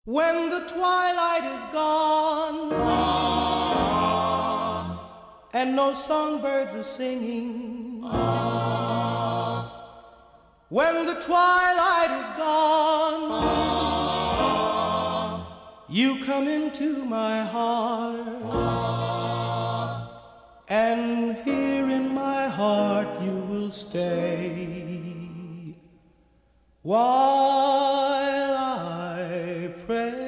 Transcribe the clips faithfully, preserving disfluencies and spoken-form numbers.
When the twilight is gone and no songbirds are singing, when the twilight is gone, you come into my heart, and here in my heart you will stay while I pray.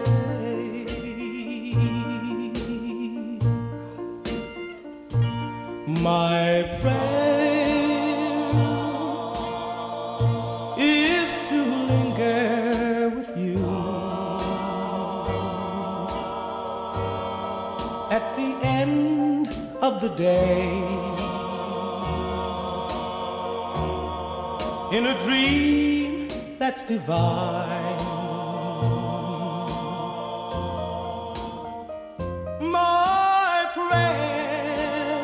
My prayer is to linger with you at the end of the day, in a dream that's divine. My prayer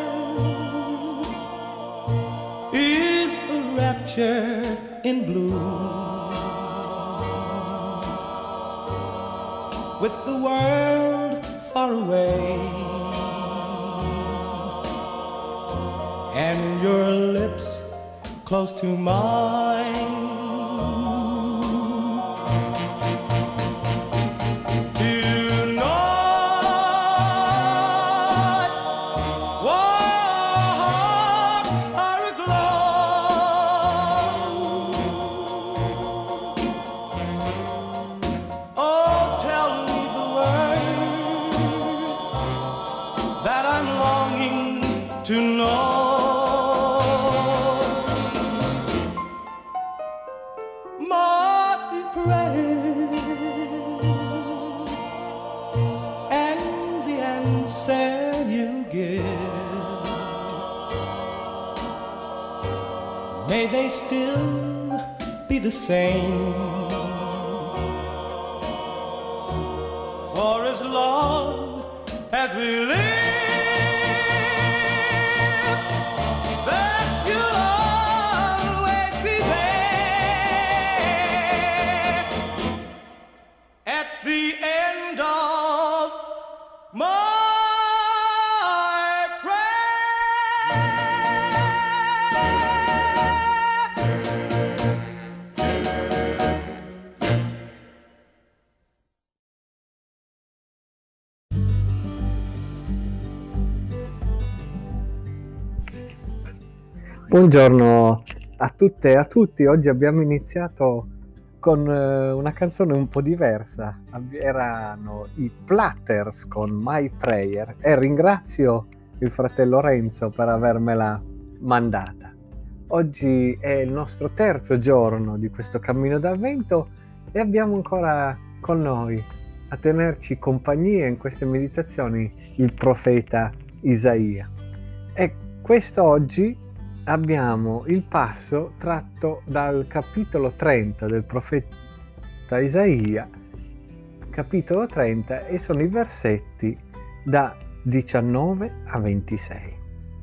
is a rapture in blue, with the world far away and your lips close to mine. To know my prayer and the answer you give, may they still be the same for as long as we live. Buongiorno a tutte e a tutti. Oggi abbiamo iniziato con eh, una canzone un po' diversa. Erano i Platters con My Prayer e ringrazio il fratello Renzo per avermela mandata. Oggi è il nostro terzo giorno di questo cammino d'avvento e abbiamo ancora con noi a tenerci compagnia in queste meditazioni il profeta Isaia. E quest'oggi abbiamo il passo tratto dal capitolo trenta del profeta Isaia, capitolo trenta, e sono i versetti da diciannove a ventisei.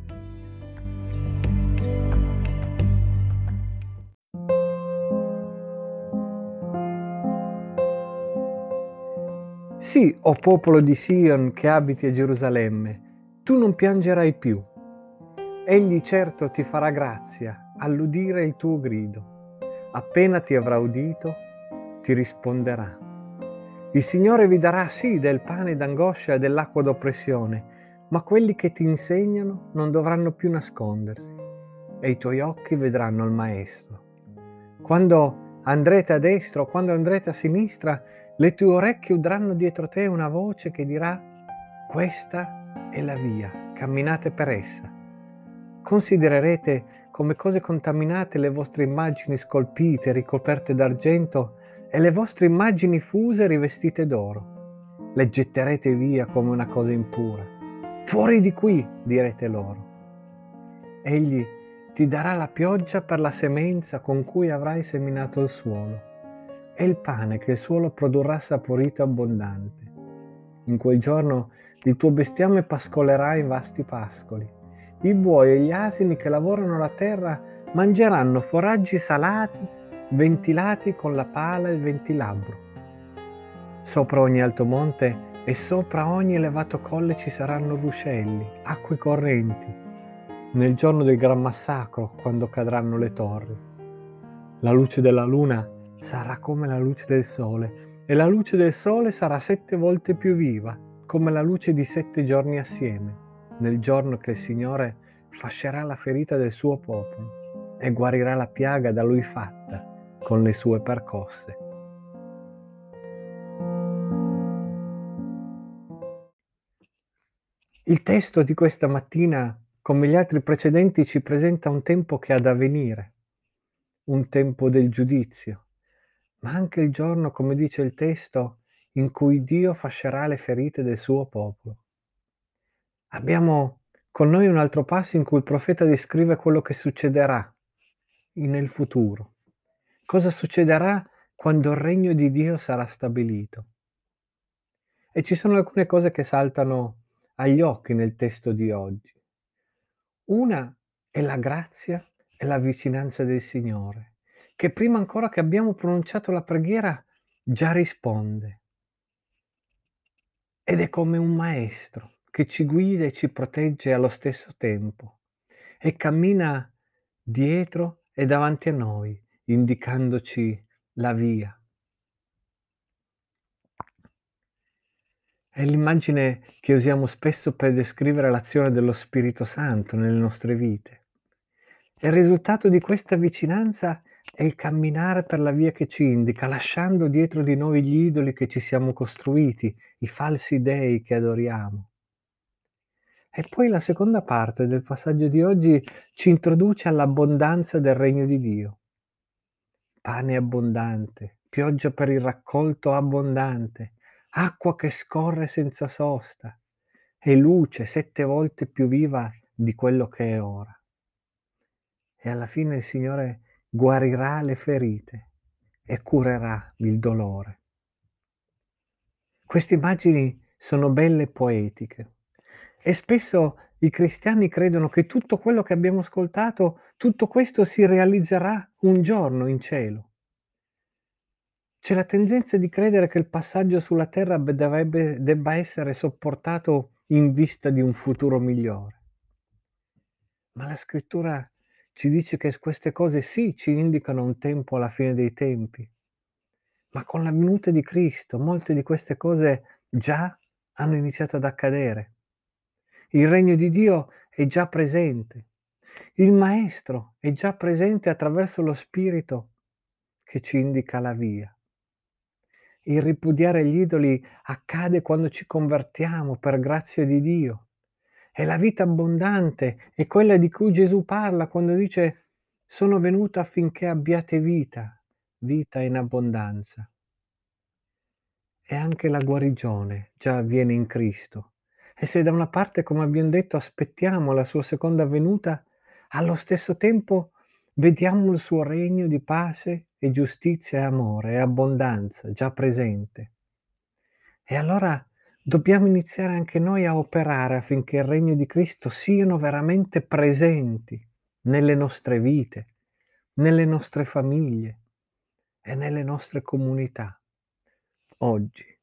Sì, o popolo di Sion che abiti a Gerusalemme, tu non piangerai più. Egli certo ti farà grazia all'udire il tuo grido. Appena ti avrà udito, ti risponderà. Il Signore vi darà sì del pane d'angoscia e dell'acqua d'oppressione, ma quelli che ti insegnano non dovranno più nascondersi, e i tuoi occhi vedranno il Maestro. Quando andrete a destra o quando andrete a sinistra, le tue orecchie udranno dietro te una voce che dirà: questa è la via, camminate per essa. Considererete come cose contaminate le vostre immagini scolpite, ricoperte d'argento, e le vostre immagini fuse rivestite d'oro. Le getterete via come una cosa impura. Fuori di qui, direte loro. Egli ti darà la pioggia per la semenza con cui avrai seminato il suolo, e il pane che il suolo produrrà saporito e abbondante. In quel giorno il tuo bestiame pascolerà in vasti pascoli. I buoi e gli asini che lavorano la terra mangeranno foraggi salati ventilati con la pala e il ventilabro. Sopra ogni alto monte e sopra ogni elevato colle ci saranno ruscelli, acque correnti, nel giorno del gran massacro, quando cadranno le torri. La luce della luna sarà come la luce del sole, e la luce del sole sarà sette volte più viva, come la luce di sette giorni assieme, nel giorno che il Signore fascerà la ferita del suo popolo e guarirà la piaga da lui fatta con le sue percosse. Il testo di questa mattina, come gli altri precedenti, ci presenta un tempo che ha da venire, un tempo del giudizio, ma anche il giorno, come dice il testo, in cui Dio fascerà le ferite del suo popolo. Abbiamo con noi un altro passo in cui il profeta descrive quello che succederà nel futuro. Cosa succederà quando il regno di Dio sarà stabilito? E ci sono alcune cose che saltano agli occhi nel testo di oggi. Una è la grazia e la vicinanza del Signore, che prima ancora che abbiamo pronunciato la preghiera già risponde. Ed è come un maestro che ci guida e ci protegge allo stesso tempo e cammina dietro e davanti a noi, indicandoci la via. È l'immagine che usiamo spesso per descrivere l'azione dello Spirito Santo nelle nostre vite. E il risultato di questa vicinanza è il camminare per la via che ci indica, lasciando dietro di noi gli idoli che ci siamo costruiti, i falsi dei che adoriamo. E poi la seconda parte del passaggio di oggi ci introduce all'abbondanza del regno di Dio. Pane abbondante, pioggia per il raccolto abbondante, acqua che scorre senza sosta e luce sette volte più viva di quello che è ora. E alla fine il Signore guarirà le ferite e curerà il dolore. Queste immagini sono belle e poetiche e spesso i cristiani credono che tutto quello che abbiamo ascoltato, tutto questo si realizzerà un giorno in cielo. C'è la tendenza di credere che il passaggio sulla terra be dovrebbe debba essere sopportato in vista di un futuro migliore. Ma la scrittura ci dice che s queste cose sì, ci indicano un tempo alla fine dei tempi, ma con la venuta di Cristo molte di queste cose già hanno iniziato ad accadere. Il regno di Dio è già presente. Il Maestro è già presente attraverso lo Spirito che ci indica la via. Il ripudiare gli idoli accade quando ci convertiamo per grazia di Dio. E la vita abbondante è quella di cui Gesù parla quando dice: "Sono venuto affinché abbiate vita, vita in abbondanza". E anche la guarigione già avviene in Cristo. E se da una parte, come abbiam detto, aspettiamo la sua seconda venuta, allo stesso tempo vediamo il suo regno di pace e giustizia e amore e abbondanza già presente. E allora dobbiamo iniziare anche noi a operare affinché il regno di Cristo siano veramente presenti nelle nostre vite, nelle nostre famiglie e nelle nostre comunità, oggi.